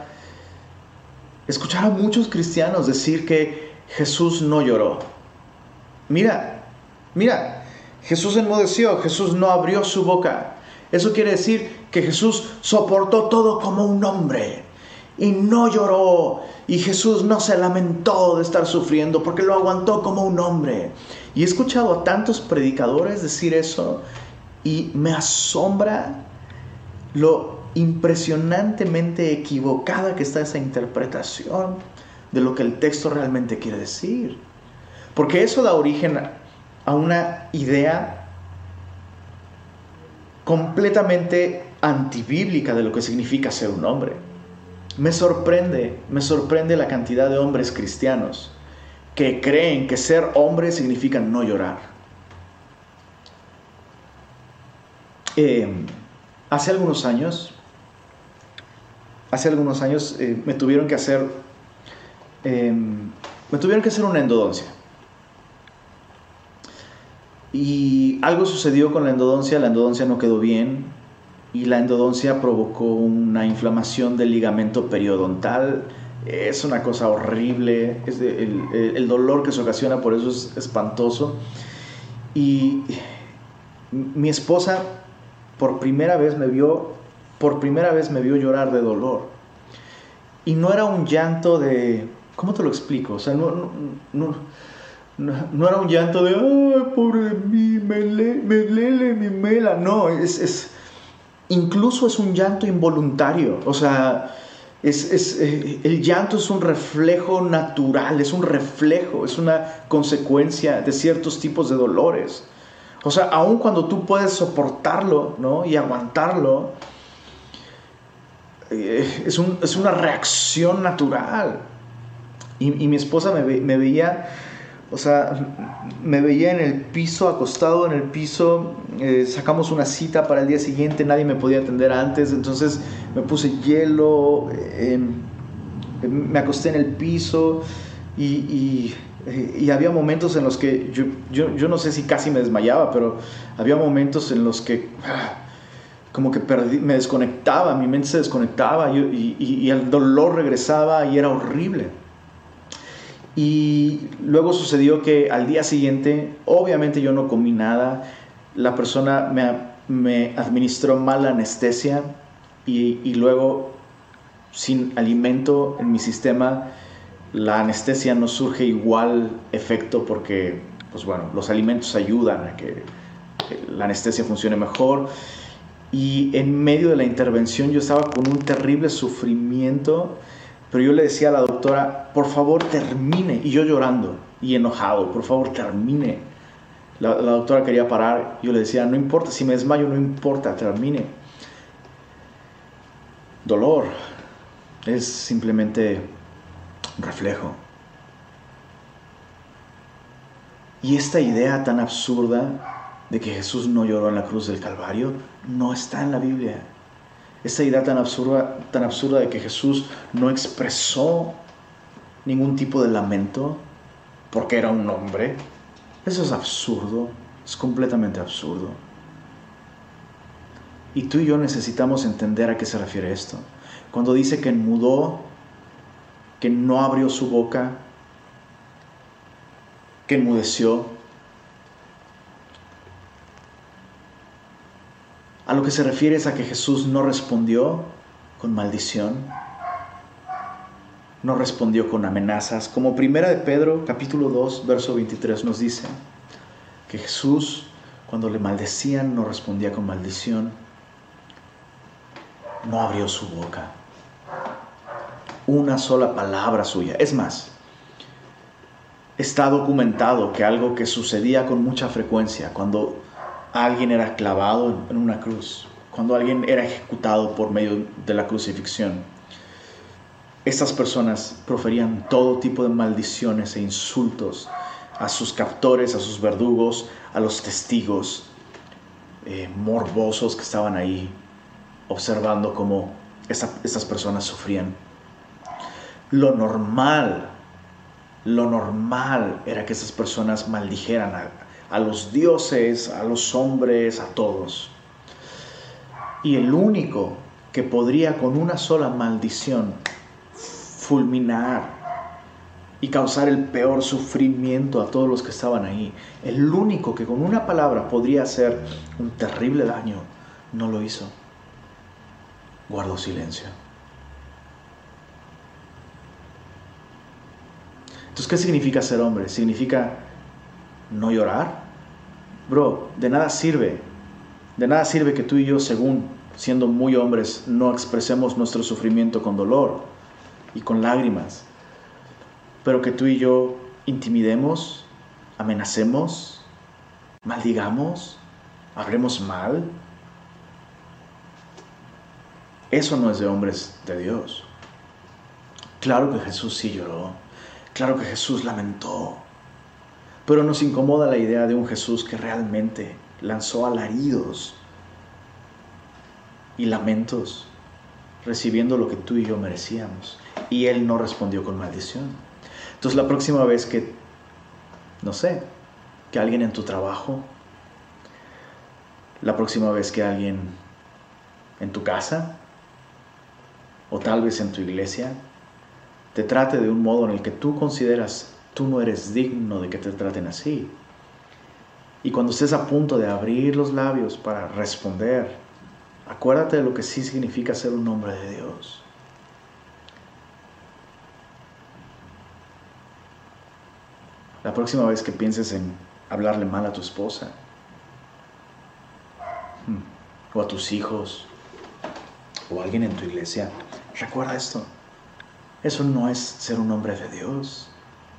a muchos cristianos decir que Jesús no lloró. Mira, Jesús enmudeció, Jesús no abrió su boca. Eso quiere decir que Jesús soportó todo como un hombre y no lloró. Y Jesús no se lamentó de estar sufriendo porque lo aguantó como un hombre. Y he escuchado a tantos predicadores decir eso y me asombra lo impresionantemente equivocada que está esa interpretación de lo que el texto realmente quiere decir. Porque eso da origen a una idea completamente antibíblica de lo que significa ser un hombre. Me sorprende la cantidad de hombres cristianos que creen que ser hombre significa no llorar. Hace algunos años me tuvieron que hacer una endodoncia. Y algo sucedió con la endodoncia no quedó bien y la endodoncia provocó una inflamación del ligamento periodontal. Es una cosa horrible, el dolor que se ocasiona por eso es espantoso. Y mi esposa por primera vez me vio por primera vez me vio llorar de dolor. Y no era un llanto de... ¿Cómo te lo explico? O sea, no era un llanto de... ¡Ay, pobre de mí! Me lele mi mela. No, incluso es un llanto involuntario. O sea, el llanto es un reflejo natural, es un reflejo, es una consecuencia de ciertos tipos de dolores. O sea, aun cuando tú puedes soportarlo, ¿no?, y aguantarlo, es una reacción natural. Y mi esposa me veía, o sea, me veía en el piso, acostado en el piso. Sacamos una cita para el día siguiente, nadie me podía atender antes, entonces me puse hielo, me acosté en el piso y había momentos en los que yo no sé si casi me desmayaba, pero había momentos en los que como que me desconectaba, mi mente se desconectaba y el dolor regresaba y era horrible. Y luego sucedió que al día siguiente, obviamente yo no comí nada, la persona me administró mal la anestesia y luego, sin alimento en mi sistema, la anestesia no surge igual efecto porque, pues bueno, los alimentos ayudan a que la anestesia funcione mejor. Y en medio de la intervención yo estaba con un terrible sufrimiento, pero yo le decía a la doctora, por favor termine, y yo llorando y enojado, por favor termine. La doctora quería parar, yo le decía, no importa, si me desmayo no importa, termine. Dolor es simplemente un reflejo. Y esta idea tan absurda de que Jesús no lloró en la cruz del Calvario no está en la Biblia. Esta idea tan absurda de que Jesús no expresó ningún tipo de lamento porque era un hombre, eso es absurdo, es completamente absurdo. Y tú y yo necesitamos entender a qué se refiere esto. Cuando dice que enmudó, que no abrió su boca, que enmudeció, a lo que se refiere es a que Jesús no respondió con maldición, no respondió con amenazas, como Primera de Pedro, capítulo 2, verso 23 nos dice, que Jesús, cuando le maldecían, no respondía con maldición, no abrió su boca, una sola palabra suya. Es más, está documentado que algo que sucedía con mucha frecuencia cuando alguien era clavado en una cruz, cuando alguien era ejecutado por medio de la crucifixión, estas personas proferían todo tipo de maldiciones e insultos a sus captores, a sus verdugos, a los testigos morbosos que estaban ahí observando cómo estas personas sufrían. Lo normal era que esas personas maldijeran a los dioses, a los hombres, a todos. Y el único que podría con una sola maldición fulminar y causar el peor sufrimiento a todos los que estaban ahí, el único que con una palabra podría hacer un terrible daño, no lo hizo. Guardó silencio. Entonces, ¿qué significa ser hombre? ¿Significa no llorar? Bro, de nada sirve que tú y yo, según siendo muy hombres, no expresemos nuestro sufrimiento con dolor y con lágrimas, pero que tú y yo intimidemos, amenacemos, maldigamos, hablemos mal. Eso no es de hombres de Dios. Claro que Jesús sí lloró, claro que Jesús lamentó, pero nos incomoda la idea de un Jesús que realmente lanzó alaridos y lamentos, recibiendo lo que tú y yo merecíamos. Y Él no respondió con maldición. Entonces la próxima vez que, no sé, que alguien en tu trabajo, la próxima vez que alguien en tu casa, o tal vez en tu iglesia, te trate de un modo en el que tú consideras tú no eres digno de que te traten así, y cuando estés a punto de abrir los labios para responder, Acuérdate de lo que sí significa ser un hombre de Dios. La próxima vez que pienses en hablarle mal a tu esposa, o a tus hijos, o a alguien en tu iglesia, recuerda esto. Eso no es ser un hombre de Dios.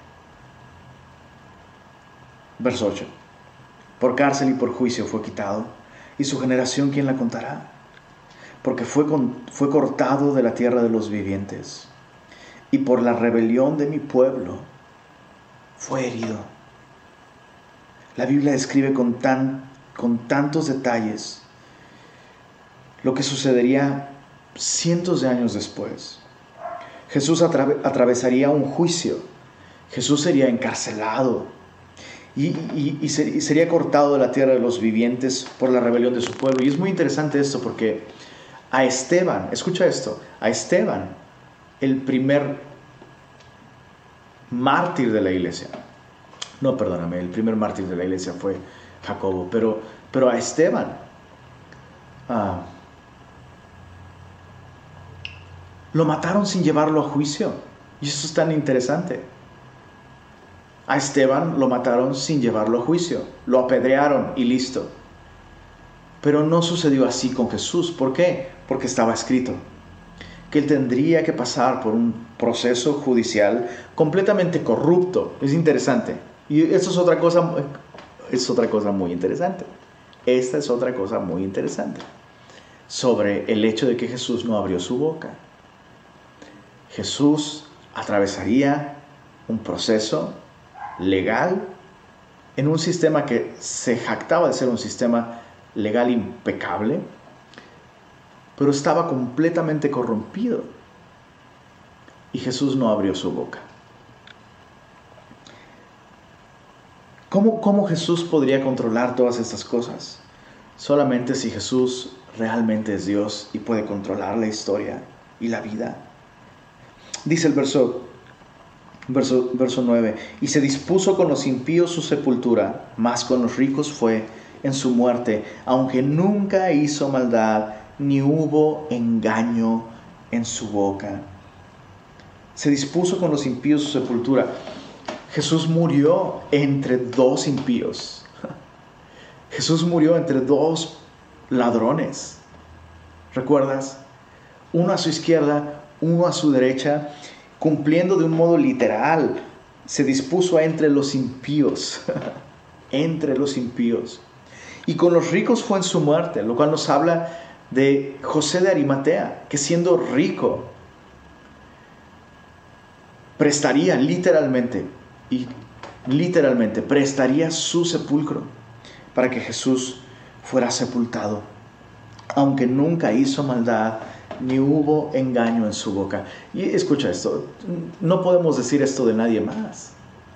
Verso 8. Por cárcel y por juicio fue quitado, y su generación, ¿quién la contará? Porque fue cortado de la tierra de los vivientes, y por la rebelión de mi pueblo fue herido. La Biblia describe con tantos detalles lo que sucedería cientos de años después. Jesús atravesaría un juicio. Jesús sería encarcelado y sería cortado de la tierra de los vivientes por la rebelión de su pueblo. Y es muy interesante esto porque a Esteban, escucha esto, a Esteban, el primer mártir de la iglesia, el primer mártir de la iglesia fue Jacobo, pero a Esteban lo mataron sin llevarlo a juicio. Y eso es tan interesante. A Esteban lo mataron sin llevarlo a juicio. Lo apedrearon y listo. Pero no sucedió así con Jesús. ¿Por qué? Porque estaba escrito que él tendría que pasar por un proceso judicial completamente corrupto. Es interesante. Y eso es otra cosa muy interesante. Esta es otra cosa muy interesante sobre el hecho de que Jesús no abrió su boca. Jesús atravesaría un proceso legal en un sistema que se jactaba de ser un sistema legal impecable, pero estaba completamente corrompido. Y Jesús no abrió su boca. ¿Cómo Jesús podría controlar todas estas cosas? Solamente si Jesús realmente es Dios y puede controlar la historia y la vida. Dice el verso 9, y se dispuso con los impíos su sepultura, mas con los ricos fue en su muerte, aunque nunca hizo maldad, ni hubo engaño en su boca. Se dispuso con los impíos su sepultura. Jesús murió entre dos impíos. Jesús murió entre dos ladrones. ¿Recuerdas? Uno a su izquierda, uno a su derecha, cumpliendo de un modo literal. Se dispuso entre los impíos. Entre los impíos. Y con los ricos fue en su muerte, lo cual nos habla de José de Arimatea, que siendo rico, prestaría literalmente prestaría su sepulcro para que Jesús fuera sepultado, aunque nunca hizo maldad, ni hubo engaño en su boca. Y escucha esto, no podemos decir esto de nadie más.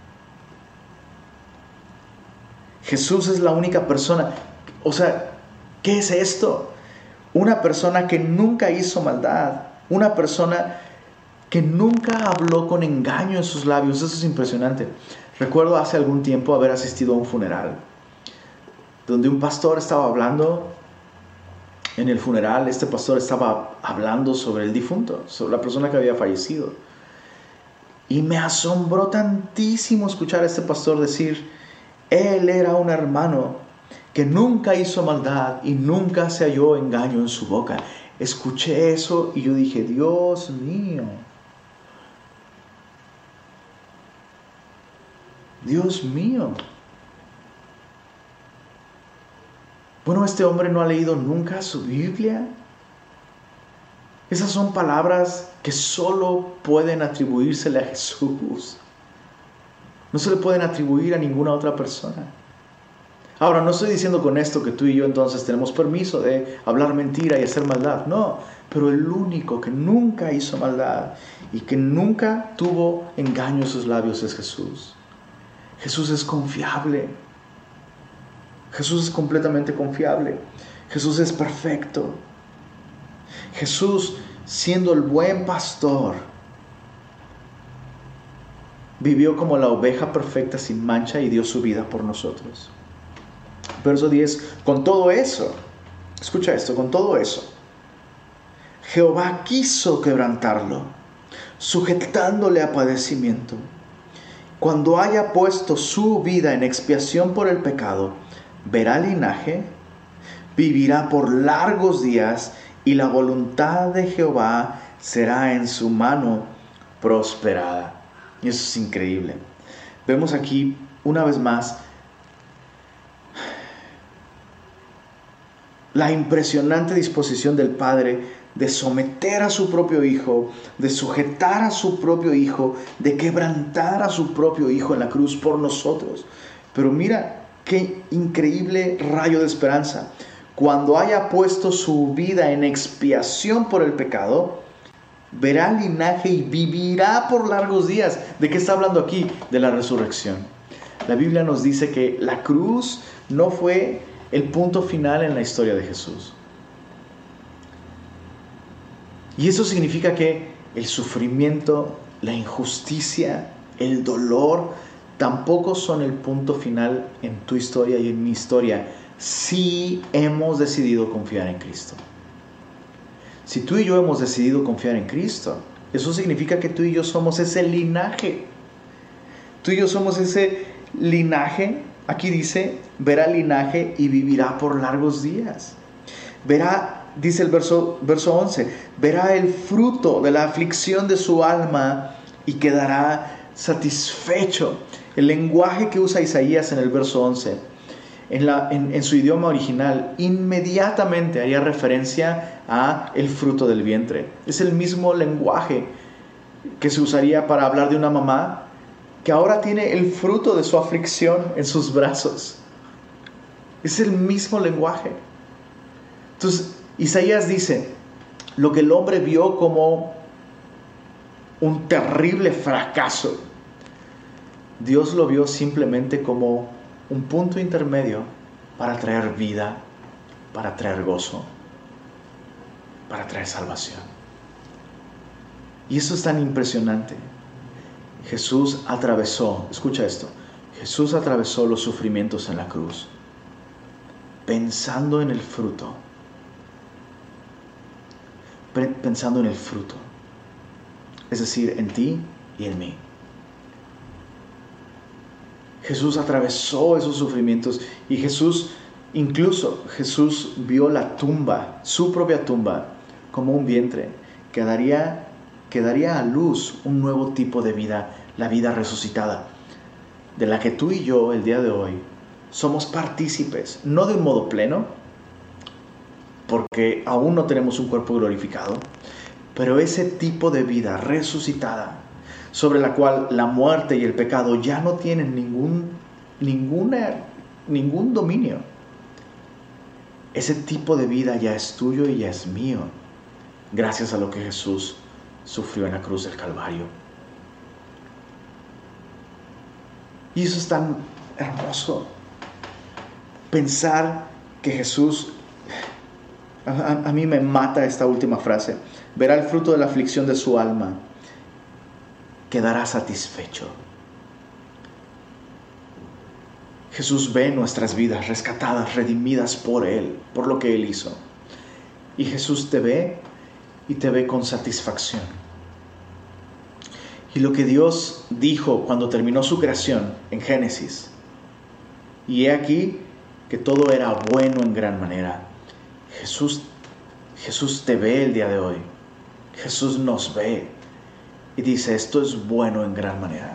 Jesús es la única persona. O sea, ¿qué es esto? Una persona que nunca hizo maldad, una persona que nunca habló con engaño en sus labios. Eso es impresionante. Recuerdo hace algún tiempo haber asistido a un funeral donde un pastor estaba hablando. En el funeral, este pastor estaba hablando sobre el difunto, sobre la persona que había fallecido. Y me asombró tantísimo escuchar a este pastor decir: él era un hermano que nunca hizo maldad y nunca se halló engaño en su boca. Escuché eso y yo dije: Dios mío. Dios mío. Bueno, este hombre no ha leído nunca su Biblia. Esas son palabras que solo pueden atribuírsele a Jesús. No se le pueden atribuir a ninguna otra persona. Ahora, no estoy diciendo con esto que tú y yo entonces tenemos permiso de hablar mentira y hacer maldad. No, pero el único que nunca hizo maldad y que nunca tuvo engaño en sus labios es Jesús. Jesús es confiable. Jesús es completamente confiable. Jesús es perfecto. Jesús, siendo el buen pastor, vivió como la oveja perfecta sin mancha y dio su vida por nosotros. Verso 10, con todo eso, escucha esto, con todo eso, Jehová quiso quebrantarlo, sujetándole a padecimiento. Cuando haya puesto su vida en expiación por el pecado, verá linaje, vivirá por largos días, y la voluntad de Jehová será en su mano prosperada. Y eso es increíble. Vemos aquí una vez más la impresionante disposición del Padre de someter a su propio Hijo, de sujetar a su propio Hijo, de quebrantar a su propio Hijo en la cruz por nosotros. Pero mira qué increíble rayo de esperanza. Cuando haya puesto su vida en expiación por el pecado, verá linaje y vivirá por largos días. ¿De qué está hablando aquí? De la resurrección. La Biblia nos dice que la cruz no fue el punto final en la historia de Jesús. Y eso significa que el sufrimiento, la injusticia, el dolor, tampoco son el punto final en tu historia y en mi historia, si hemos decidido confiar en Cristo. Si tú y yo hemos decidido confiar en Cristo, eso significa que tú y yo somos ese linaje. Tú y yo somos ese linaje. Aquí dice, verá linaje y vivirá por largos días. Verá, dice el verso 11, verá el fruto de la aflicción de su alma y quedará satisfecho. El lenguaje que usa Isaías en el verso 11, en su idioma original, inmediatamente haría referencia a el fruto del vientre. Es el mismo lenguaje que se usaría para hablar de una mamá que ahora tiene el fruto de su aflicción en sus brazos. Es el mismo lenguaje. Entonces, Isaías dice, lo que el hombre vio como un terrible fracaso, Dios lo vio simplemente como un punto intermedio para traer vida, para traer gozo, para traer salvación. Y eso es tan impresionante. Jesús atravesó, escucha esto, Jesús atravesó los sufrimientos en la cruz, pensando en el fruto, es decir, en ti y en mí. Jesús atravesó esos sufrimientos y Jesús vio la tumba, su propia tumba, como un vientre que daría a luz un nuevo tipo de vida, la vida resucitada, de la que tú y yo el día de hoy somos partícipes, no de un modo pleno, porque aún no tenemos un cuerpo glorificado, pero ese tipo de vida resucitada, sobre la cual la muerte y el pecado ya no tienen ningún dominio. Ese tipo de vida ya es tuyo y ya es mío, gracias a lo que Jesús sufrió en la cruz del Calvario. Y eso es tan hermoso, pensar que Jesús, a mí me mata esta última frase, verá el fruto de la aflicción de su alma, quedará satisfecho. Jesús ve nuestras vidas rescatadas, redimidas por Él, por lo que Él hizo. Y Jesús te ve y te ve con satisfacción. Y lo que Dios dijo cuando terminó su creación en Génesis, y he aquí que todo era bueno en gran manera. Jesús te ve el día de hoy. Jesús nos ve y dice, esto es bueno en gran manera.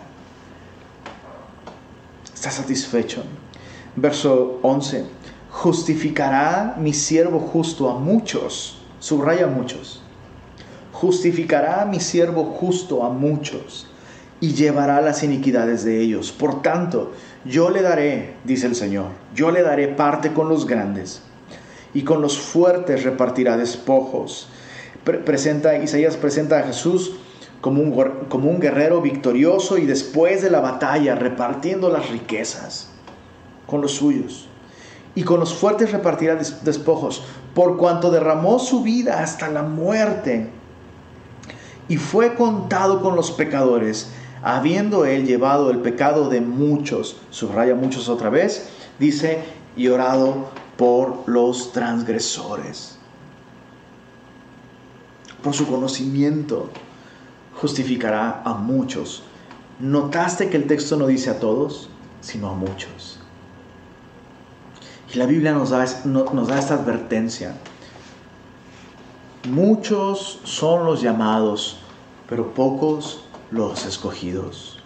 Está satisfecho. Verso 11, justificará mi siervo justo a muchos. Subraya muchos. Justificará mi siervo justo a muchos y llevará las iniquidades de ellos. Por tanto, yo le daré, dice el Señor, yo le daré parte con los grandes y con los fuertes repartirá despojos. Isaías presenta a Jesús como un guerrero victorioso y después de la batalla repartiendo las riquezas con los suyos. Y con los fuertes repartirá despojos, por cuanto derramó su vida hasta la muerte y fue contado con los pecadores, habiendo él llevado el pecado de muchos. Subraya muchos otra vez, dice, y orado por los transgresores. Por su conocimiento justificará a muchos. ¿Notaste que el texto no dice a todos, sino a muchos? Y la Biblia nos da esta advertencia. Muchos son los llamados, pero pocos los escogidos.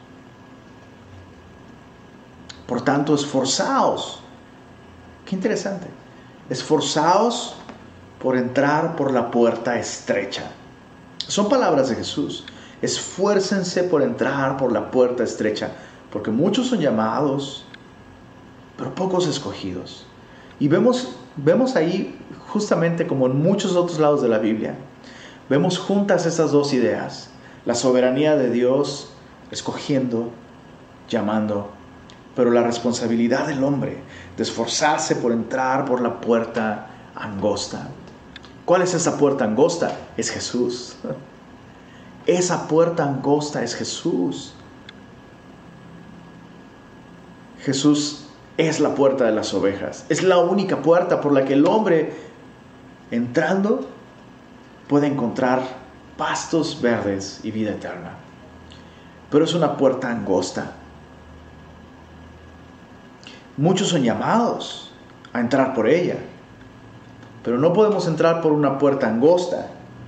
Por tanto, esforzaos. Qué interesante. Esforzaos por entrar por la puerta estrecha. Son palabras de Jesús. Esfuércense por entrar por la puerta estrecha, porque muchos son llamados, pero pocos escogidos. Y vemos ahí, justamente como en muchos otros lados de la Biblia, vemos juntas estas dos ideas: la soberanía de Dios escogiendo, llamando, pero la responsabilidad del hombre de esforzarse por entrar por la puerta angosta. ¿Cuál es esa puerta angosta? Es Jesús. Esa puerta angosta es Jesús. Jesús es la puerta de las ovejas. Es la única puerta por la que el hombre, entrando, puede encontrar pastos verdes y vida eterna. Pero es una puerta angosta. Muchos son llamados a entrar por ella, pero no podemos entrar por una puerta angosta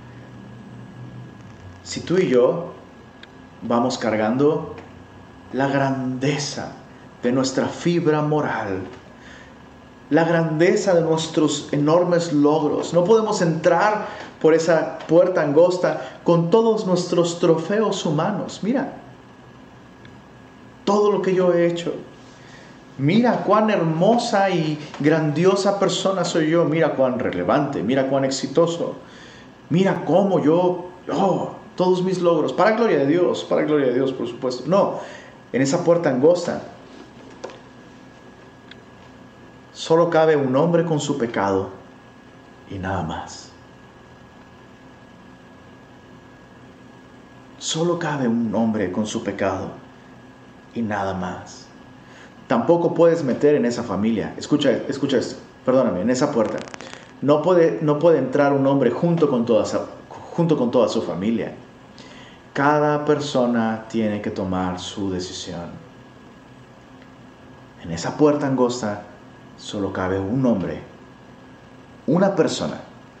si tú y yo vamos cargando la grandeza de nuestra fibra moral, la grandeza de nuestros enormes logros. No podemos entrar por esa puerta angosta con todos nuestros trofeos humanos. Mira, todo lo que yo he hecho. Mira cuán hermosa y grandiosa persona soy yo. Mira cuán relevante, mira cuán exitoso. Mira cómo todos mis logros, para gloria de Dios, por supuesto. No, en esa puerta angosta solo cabe un hombre con su pecado y nada más. Solo cabe un hombre con su pecado y nada más. Tampoco puedes meter en esa familia. Escucha esto, perdóname, en esa puerta. No puede entrar un hombre junto con toda su familia. Cada persona tiene que tomar su decisión. En esa puerta angosta solo cabe un hombre, una persona.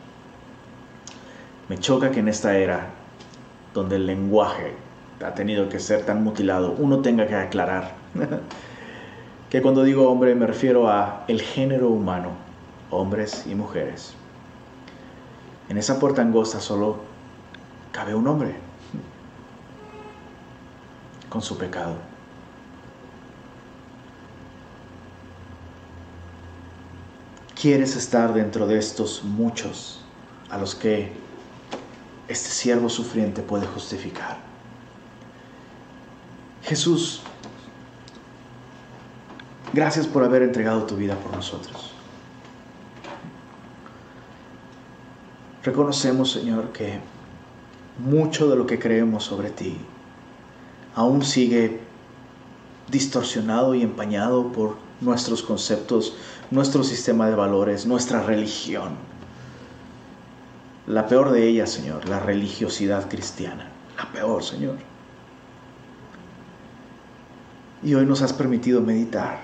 Me choca que en esta era, donde el lenguaje ha tenido que ser tan mutilado, uno tenga que aclarar que cuando digo hombre me refiero a el género humano, hombres y mujeres. En esa puerta angosta solo cabe un hombre con su pecado. ¿Quieres estar dentro de estos muchos a los que este siervo sufriente puede justificar? Jesús, gracias por haber entregado tu vida por nosotros. Reconocemos, Señor, que mucho de lo que creemos sobre ti aún sigue distorsionado y empañado por nuestros conceptos, nuestro sistema de valores, nuestra religión. La peor de ellas, Señor, la religiosidad cristiana. La peor, Señor. Y hoy nos has permitido meditar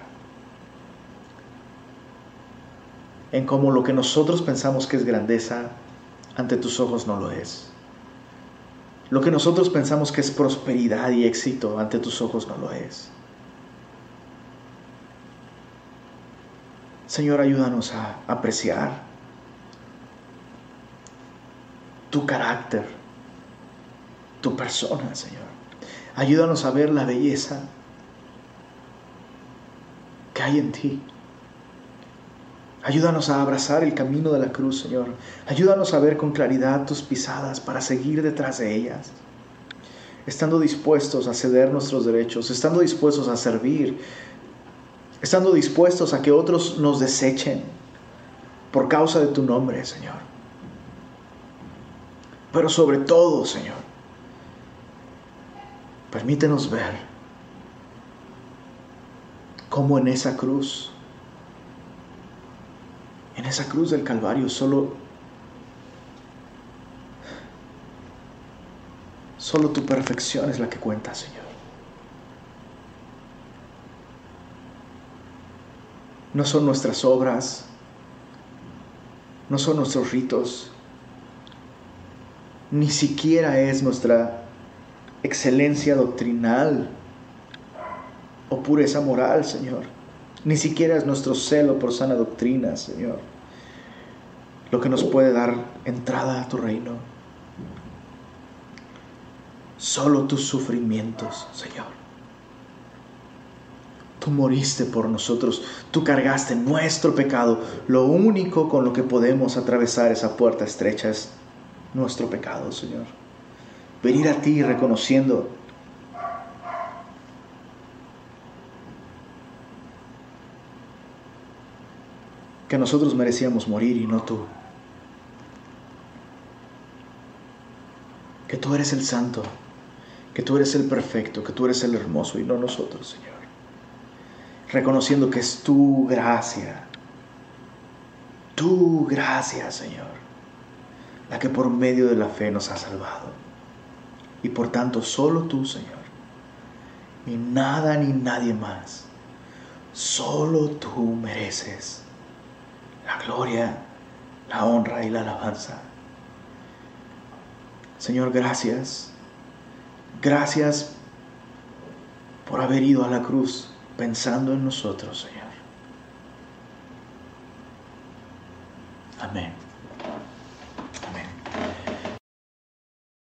en cómo lo que nosotros pensamos que es grandeza, ante tus ojos no lo es. Lo que nosotros pensamos que es prosperidad y éxito, ante tus ojos no lo es. Señor, ayúdanos a apreciar tu carácter, tu persona, Señor. Ayúdanos a ver la belleza que hay en ti. Ayúdanos a abrazar el camino de la cruz, Señor. Ayúdanos a ver con claridad tus pisadas para seguir detrás de ellas. Estando dispuestos a ceder nuestros derechos, estando dispuestos a servir, estando dispuestos a que otros nos desechen por causa de tu nombre, Señor. Pero sobre todo, Señor, permítenos ver cómo en esa cruz En esa cruz del Calvario solo tu perfección es la que cuenta, Señor. No son nuestras obras, no son nuestros ritos, ni siquiera es nuestra excelencia doctrinal o pureza moral, Señor. Ni siquiera es nuestro celo por sana doctrina, Señor, lo que nos puede dar entrada a tu reino. Solo tus sufrimientos, Señor. Tú moriste por nosotros, tú cargaste nuestro pecado. Lo único con lo que podemos atravesar esa puerta estrecha es nuestro pecado, Señor. Venir a ti reconociendo que nosotros merecíamos morir y no tú. Que tú eres el santo, que tú eres el perfecto, que tú eres el hermoso y no nosotros, Señor. Reconociendo que es tu gracia, Señor, la que por medio de la fe nos ha salvado. Y por tanto, solo tú, Señor, ni nada ni nadie más, solo tú mereces la gloria, la honra y la alabanza. Señor, gracias. Gracias por haber ido a la cruz pensando en nosotros, Señor. Amén.